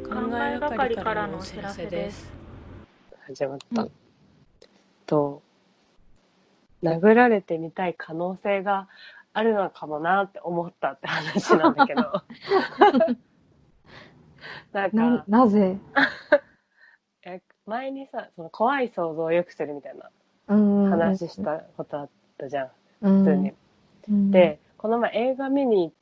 考えがかりからのお知らせです。 始まった。殴られてみたい可能性があるのかもなって思ったって話なんだけど。 なぜ前にさ、その怖い想像を良くするみたいな話したことあったじゃん。普通に。で、この前映画見に行って、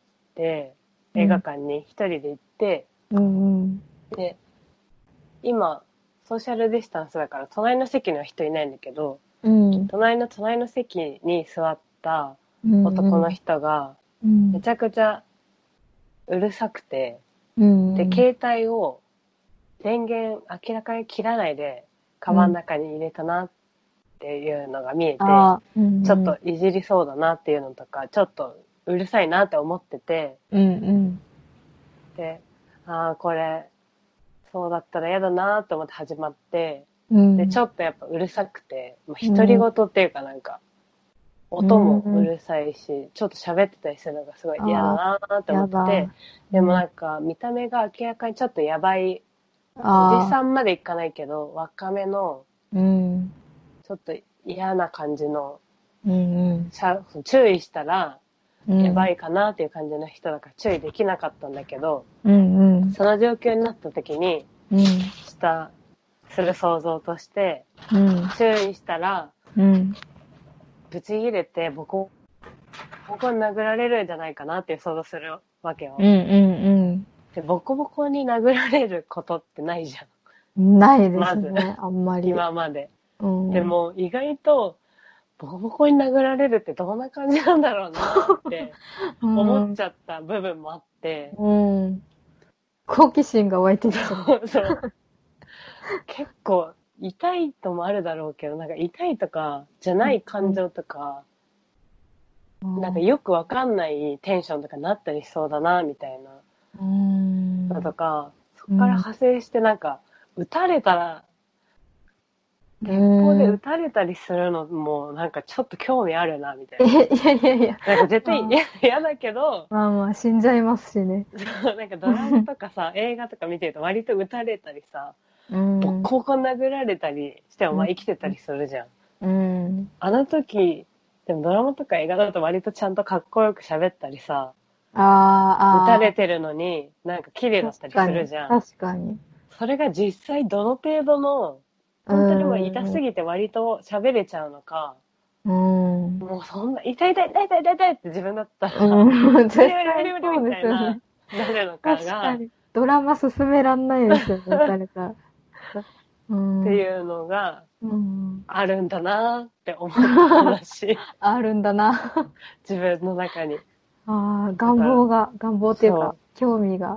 映画館に一人で行って、で、今、ソーシャルディスタンスだから隣の席には人いないんだけど、隣の席に座った男の人がめちゃくちゃうるさくて、で、携帯を電源明らかに切らないでカバンの中に入れたなっていうのが見えて、ちょっといじりそうだなっていうのとか、ちょっとうるさいなって思ってて、で、これそうだったら嫌だなと思って始まって、で、ちょっとやっぱうるさくて、独り言っていうかなんか、音もうるさいし、ちょっと喋ってたりするのがすごい嫌だなって思ってて、でもなんか見た目が明らかにちょっとやばい、おじさんまでいかないけど、若めの、ちょっと嫌な感じの、注意したら、やばいかなっていう感じの人だから注意できなかったんだけど、その状況になった時に、する想像として、注意したら、ぶち切れてボコボコに殴られるんじゃないかなっていう想像するわけよ。で、ボコボコに殴られることってないじゃん。ないですね、まずあんまり。 今まで。でも意外と、ボコボコに殴られるってどんな感じなんだろうなって思っちゃった部分もあって、 好奇心が湧いてきちゃう。そう。結構痛いともあるだろうけど、なんか痛いとかじゃない感情とか、なんかよくわかんないテンションとかなったりしそうだなみたいなのとか、そこから派生してなんか撃たれたら、鉄砲で撃たれたりするのもなんかちょっと興味あるなみたいな。 いや。 なんか絶対嫌だけど、 まあ死んじゃいますしね。 なんかドラマとかさ、映画とか見てると割と撃たれたりさ、ボッコボコ殴られたりしても生きてたりするじゃん。あの時、でもドラマとか映画だと割とちゃんとかっこよく喋ったりさ、撃たれてるのになんか綺麗だったりするじゃん。 確かに。 それが実際どの程度の、本当にもう痛すぎて割と喋れちゃうのか、もうそんな痛いって自分だったら、無理絶対そうみたいですよね。 なるのかが。 確かに。ドラマ進めらんないですよね、誰か。 っていうのがあるんだなって思った話。 あるんだな。 自分の中に。 願望っていうか、興味が。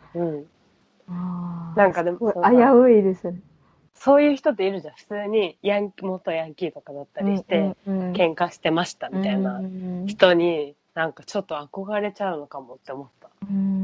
なんかでも、 危ういですね。 そういう人っているじゃん。普通に元ヤンキーとかだったりして、喧嘩してましたみたいな人に、なんかちょっと憧れちゃうのかもって思った。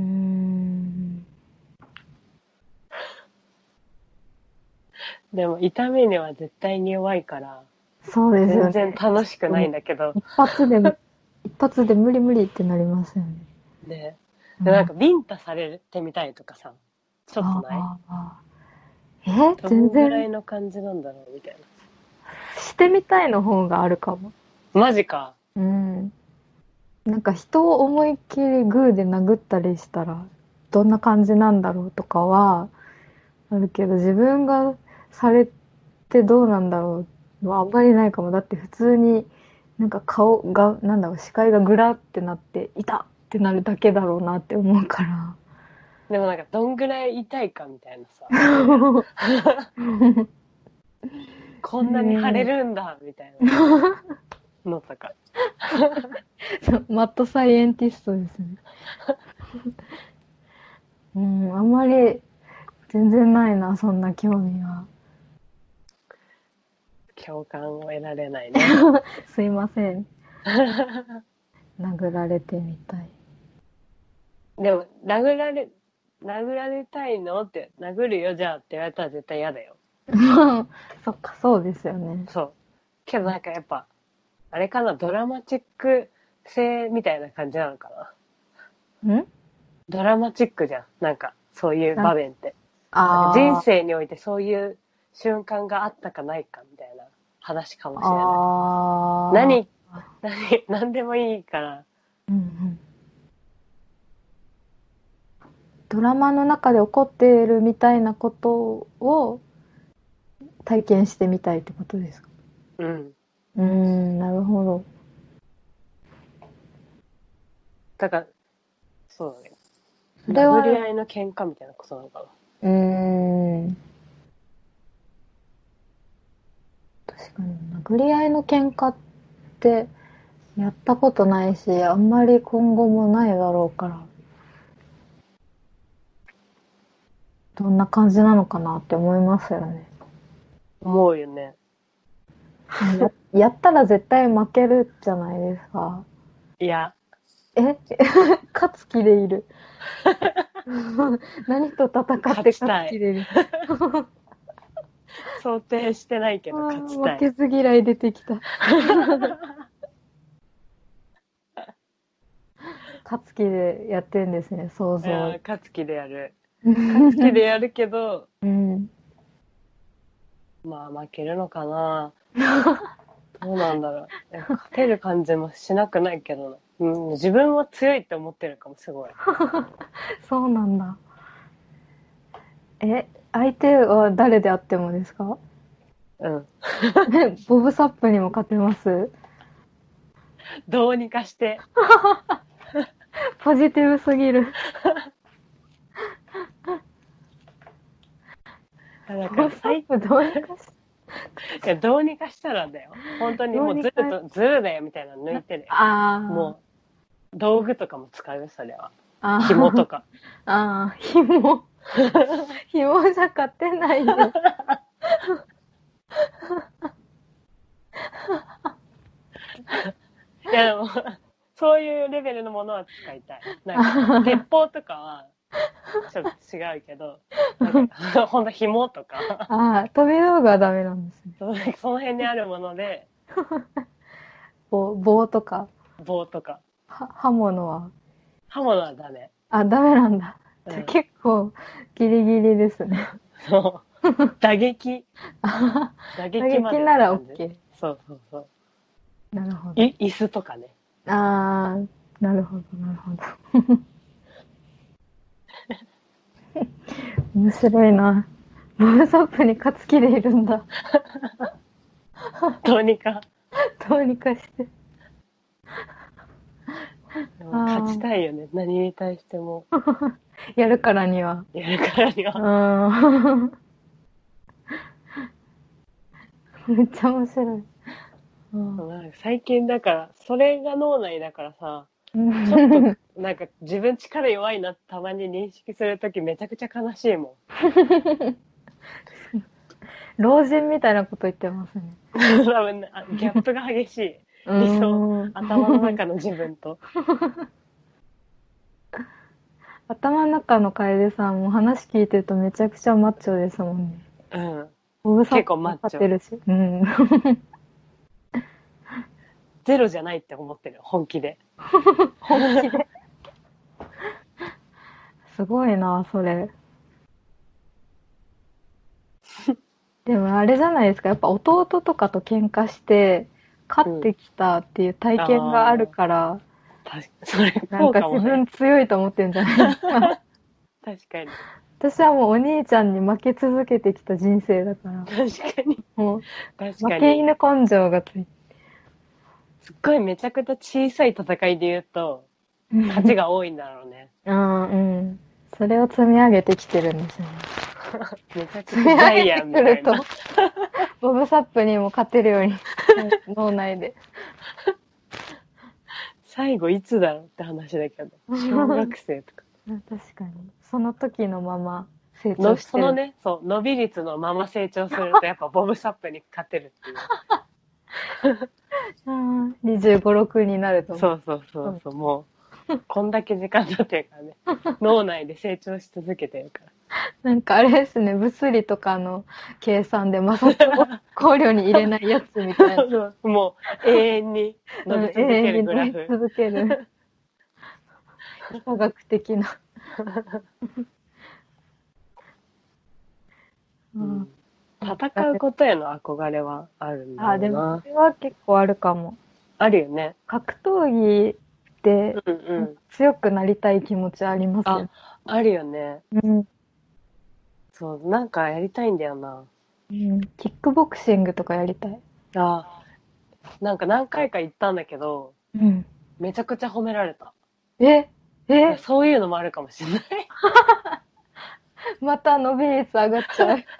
でも痛みには絶対に弱いから、 そうですよね。 全然楽しくないんだけど。 一発で無理ってなりますよね。 で、なんかビンタされてみたいとかさ、ちょっとない？ 全然。 どのぐらいの感じなんだろうみたいな。 してみたいの方があるかも。 マジか。 なんか人を思いっきりグーで殴ったりしたら、どんな感じなんだろうとかは、あるけど、自分がされてどうなんだろうのはあんまりないかも。だって普通に、なんか顔が、視界がグラってなって、痛ってなるだけだろうなって思うから。 でもなんかどんぐらい痛いかみたいなさ。こんなに腫れるんだみたいなのとか。 マッドサイエンティストですね。あんまり全然ないな、そんな興味は。 共感を得られないね。 すいません。殴られてみたい。 でも、殴られたいのって、殴るよじゃあって言われたら絶対嫌だよ。 そっか、そうですよね。 そう。けどなんかやっぱ、あれかな、ドラマチック性みたいな感じなのかな。ドラマチックじゃん。なんか、そういう場面って。 あ人生においてそういう瞬間があったかないかみたいな話かもしれない。何でもいいから。 うんうん、ドラマの中で起こっているみたいなことを体験してみたいってことですか？ うん。 なるほど。 だから、そうだね。 それは、 殴り合いの喧嘩みたいなことなのかな。 確かに、殴り合いの喧嘩ってやったことないし、あんまり今後もないだろうから、どんな感じなのかなって思いますよね。 思うよね。 やったら絶対負けるじゃないですか。 いや。 勝つ気でいる。何と戦って勝つ気でいる。 想定してないけど勝ちたい。 負けず嫌い出てきた。勝つ気でやってんですね、想像。 勝つ気でやる。勝つ気でやるけど、まあ負けるのかな。どうなんだろう。勝てる感じもしなくないけどな。自分は強いって思ってるかも、すごい。 そうなんだ。相手は誰であってもですか？ うん。 ボブサップにも勝てます？ どうにかして。 ポジティブすぎる。 だからどうにかしたらだよ。本当にもうずるだよみたいなの抜いてるよ。もう道具とかも使うよ、それは。紐とか。 紐。紐じゃ勝てないよ。 いやでも、そういうレベルのものは使いたい。なんか、鉄砲とかは、ちょっと違うけど、なんか、ほんと紐とか。 飛び道具はダメなんですね。 その辺にあるもので、 棒とか。 棒とか。 刃物はダメ。 ダメなんだ。じゃ結構、ギリギリですね。 そう。打撃なら OK。 そうそうそう。 なるほど。 椅子とかね。 なるほど、なるほど。面白いな。ボブサップに勝つ気でいるんだ。 どうにかして。 でも勝ちたいよね。何に対しても。 やるからには。めっちゃ面白い。 最近だから、それが脳内だからさ、ちょっとなんか自分力弱いなってたまに認識するときめちゃくちゃ悲しいもん。 老人みたいなこと言ってますね。 多分ギャップが激しい。理想、頭の中の自分と。 頭の中の楓さんも話聞いてるとめちゃくちゃマッチョですもんね。 結構マッチョ。ゼロじゃないって思ってる、本気で。 本気で。すごいな、それ。でもあれじゃないですか、やっぱ弟とかと喧嘩して勝ってきたっていう体験があるから、なんか自分強いと思ってるんじゃないですか。 確かに。 私はもうお兄ちゃんに負け続けてきた人生だから。 確かに。 もう負け犬根性がついて。 すっごいめちゃくちゃ小さい戦いで言うと、勝ちが多いんだろうね。 それを積み上げてきてるんですよね。 めちゃくちゃジャイアンみたいな。 ボブサップにも勝てるように、脳内で。 最後いつだろうって話だけど、小学生とか。 確かに。その時のまま成長してる。 そのね、そう、伸び率のまま成長すると、やっぱボブサップに勝てるっていう。 25、6になると。 そう、もう、こんだけ時間経ってるからね。脳内で成長し続けてるから。 なんかあれですね、物理とかの計算で摩擦を考慮に入れないやつみたいな。 もう永遠に伸び続けるグラフ。 伸び続ける。科学的な。 うん、戦うことへの憧れはあるんだろうな。 あ、でも、それは結構あるかも。 あるよね。 格闘技って、強くなりたい気持ちありますよ。 あるよね。 うん。 そう、なんかやりたいんだよな。 うん。キックボクシングとかやりたい。 なんか何回か行ったんだけど、 うん。 めちゃくちゃ褒められた。 そういうのもあるかもしれない。 また伸び率上がっちゃう。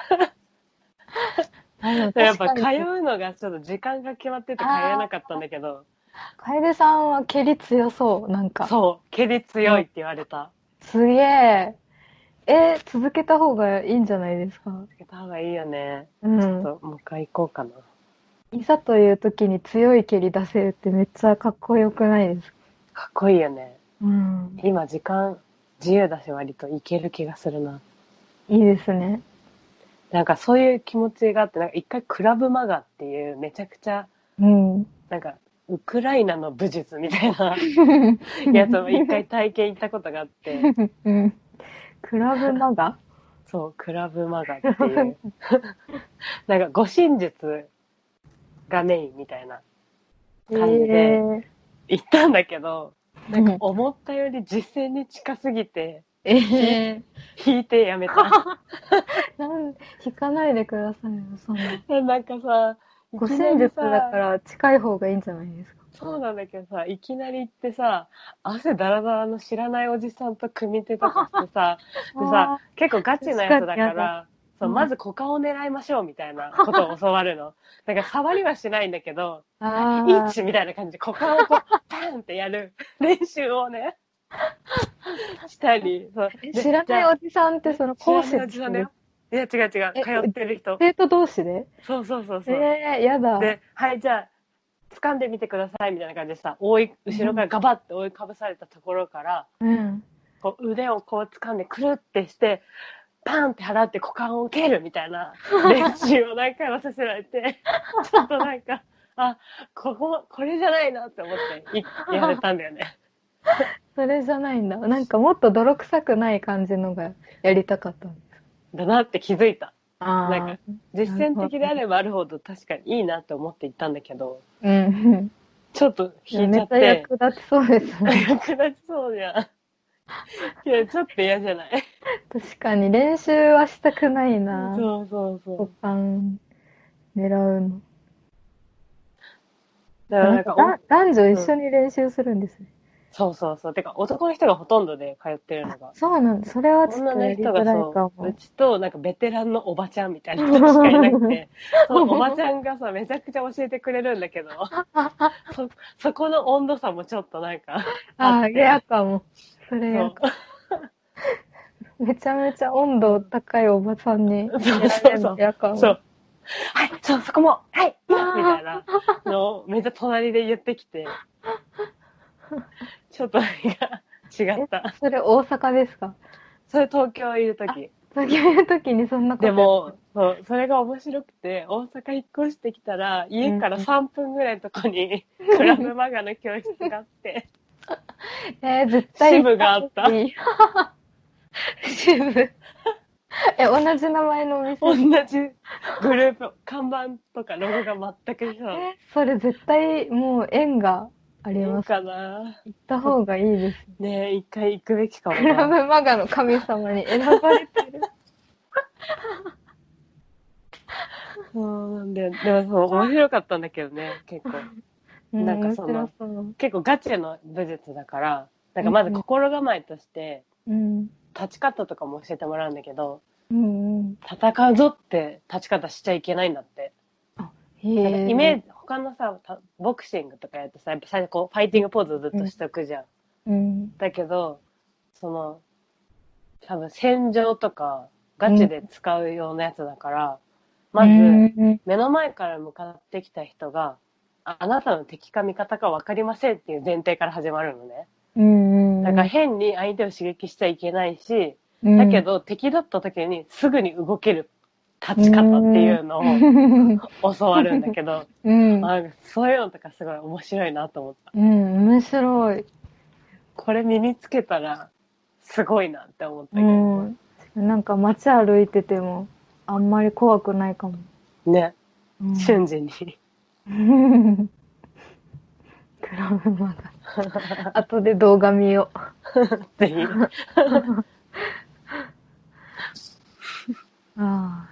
やっぱ通うのがちょっと時間が決まってて通えなかったんだけど。 楓さんは蹴り強そう、なんか。 そう、蹴り強いって言われた。 すげえ。続けた方がいいんじゃないですか？ 続けた方がいいよね。 うん。 ちょっともう一回行こうかな。 いざという時に強い蹴り出せるってめっちゃかっこよくないですか？ かっこいいよね。 うん。 今時間自由だし割といける気がするな。 いいですね。 なんかそういう気持ちがあって、なんか一回クラブマガっていうめちゃくちゃ、なんかウクライナの武術みたいなやつを一回体験行ったことがあって。 クラブマガ？ そう、クラブマガっていう。なんか護身術がメインみたいな感じで行ったんだけど、なんか思ったより実践に近すぎて、引いてやめた。 引かないでくださいよ、そんな。 なんかさ、 護身術だから近い方がいいんじゃないですか。 そうなんだけどさ、いきなり行ってさ、汗だらだらの知らないおじさんと組手とかしてさ、でさ、結構ガチなやつだから、そうまず股間を狙いましょうみたいなことを教わるの。だから触りはしないんだけど、1みたいな感じで股間をこう、パンってやる練習をね、したり。そう知らないおじさんってその講師のおじさんだよ。いや、違う違う、通ってる人。 生徒同士で？ そう。 やだ。 で、はい、じゃあ、掴んでみてくださいみたいな感じでさ、後ろからガバッて覆いかぶされたところから、こう腕をこう掴んでくるってして、パンって払って股間を蹴るみたいな練習を何回もさせられて、ちょっとなんか、これじゃないなって思ってやれたんだよね。 それじゃないんだ。なんかもっと泥臭くない感じのがやりたかったんです。 だなって気づいた。なんか、実践的であればあるほど確かにいいなって思って行ったんだけど、ちょっと引いちゃって。 めっちゃ役立ちそうですね。 役立ちそうじゃん。いや、ちょっと嫌じゃない？ 確かに練習はしたくないな。 そう。 股間狙うの。 だからなんか男女一緒に練習するんですね。 そう。てか、男の人がほとんどで通ってるのが。 そうなんだ。それはちょっとやりづらいかも。 うちと、なんかベテランのおばちゃんみたいな人しかいなくて、そのおばちゃんがさ、めちゃくちゃ教えてくれるんだけど、そこの温度差もちょっとなんか嫌かも。それ嫌か。めちゃめちゃ温度高いおばさんにやられるの嫌かも。そう。 はい、そこも、はい、みたいなのをめっちゃ隣で言ってきて、ちょっと違った。 それ大阪ですか？ それ東京いるとき。 東京いるときにそんなことでも、それが面白くて、大阪引っ越してきたら、家から3分ぐらいのとこに、クラブマガの教室があって、 絶対支部があった。 支部同じ名前のお店？ 同じグループ、看板とかロゴが全く一緒。 それ絶対もう縁があります。 かな。 行った方がいいですね。一回行くべきかもな。 クラブマガの神様に選ばれてる。 そうなんだよ。でも面白かったんだけどね、結構。なんか結構ガチの武術だから、なんかまず心構えとして、立ち方とかも教えてもらうんだけど、戦うぞって立ち方しちゃいけないんだって。イメージ、他のさ、ボクシングとかやってさ、やっぱ最初こう、ファイティングポーズをずっとしとくじゃん。だけど、多分戦場とか、ガチで使うようなやつだから、まず、目の前から向かってきた人が、あなたの敵か味方か分かりませんっていう前提から始まるのね。だから変に相手を刺激しちゃいけないし、だけど敵だった時にすぐに動ける立ち方っていうのを教わるんだけど、そういうのとかすごい面白いなと思った。 面白い。 これ身につけたらすごいなって思ったけど。 なんか街歩いててもあんまり怖くないかも。 ね。 うん、 瞬時に。 クラブマガ。後で動画見よぜひ。 ああ。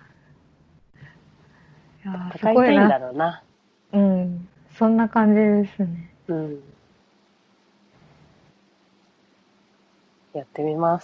いや戦いたいんだろうな。 うん。そんな感じですね。 うん。やってみます。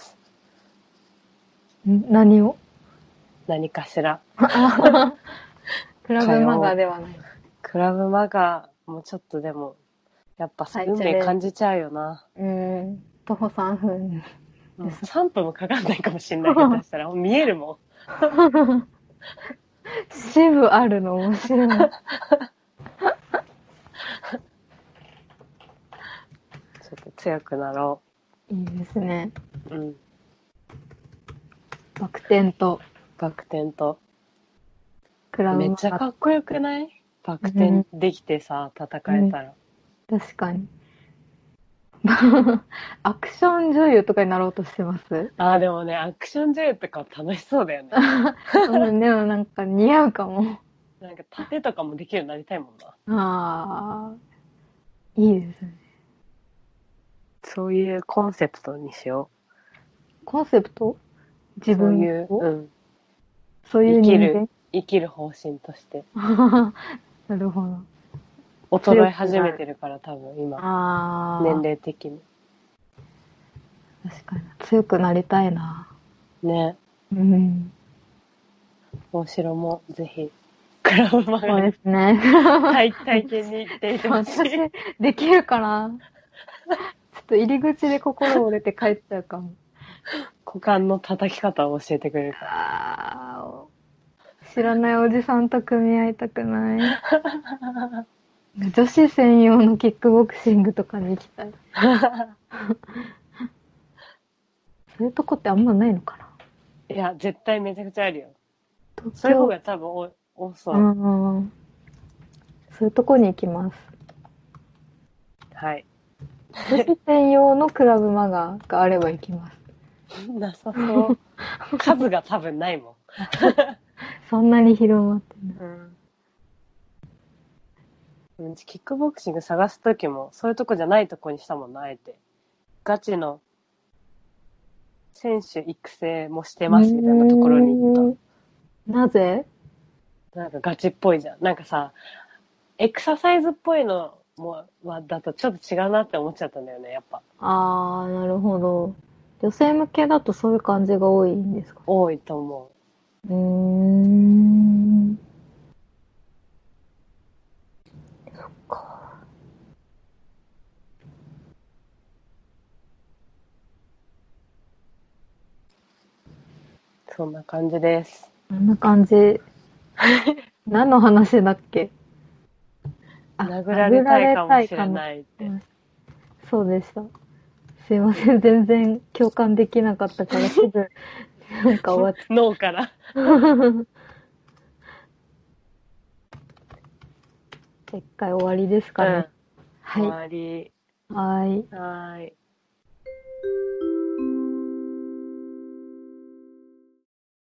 何を？ 何かしら。 クラブマガではない。 クラブマガもちょっとでも、やっぱ運命感じちゃうよな。 徒歩3分。 3分もかかんないかもしんないけど、したら見えるもん。支部あるの面白い。ちょっと強くなろう。いいですね。 うん。 バク転と。 クラブマガ。めっちゃかっこよくない？バク転できてさ、戦えたら。 確かに。アクション女優とかになろうとしてます？ でもね、アクション女優とか楽しそうだよね。 でもなんか似合うかも。 なんか盾とかもできるようになりたいもんな。いいですね。 そういうコンセプトにしよう。コンセプト？自分をそういう人間？ 生きる方針として。 なるほど。 衰え始めてるから多分今。年齢的に。 確かに。強くなりたいな。 ね。大城もぜひ、クラブマガに。そうですね。体験に行ってみてほしい。 私、できるかな？ちょっと入り口で心折れて帰っちゃうかも。 股間の叩き方を教えてくれるから。 知らないおじさんと組み合いたくない。女子専用のキックボクシングとかに行きたい。そういうとこってあんまないのかな？ いや、絶対めちゃくちゃあるよ。そういう方が多分多そう。 そういうとこに行きます。 はい。 女子専用のクラブマガがあれば行きます。 なさそう。数が多分ないもん。 そんなに広まってない。 キックボクシング探すときも、そういうとこじゃないとこにしたもんな、あえて。ガチの選手育成もしてますみたいなところに行った。 なぜ？ なんかガチっぽいじゃん。なんかさ、エクササイズっぽいのもだとちょっと違うなって思っちゃったんだよね、やっぱ。 なるほど。女性向けだとそういう感じが多いんですか？ 多いと思う。 そっか。 そんな感じです。 こんな感じ。何の話だっけ？ 殴られたいかもしれないって。 そうでした。すいません、全然共感できなかったからすぐ、なんか終わっちゃった。 脳から。 一回終わりですかね。 終わり。 はい。 はい。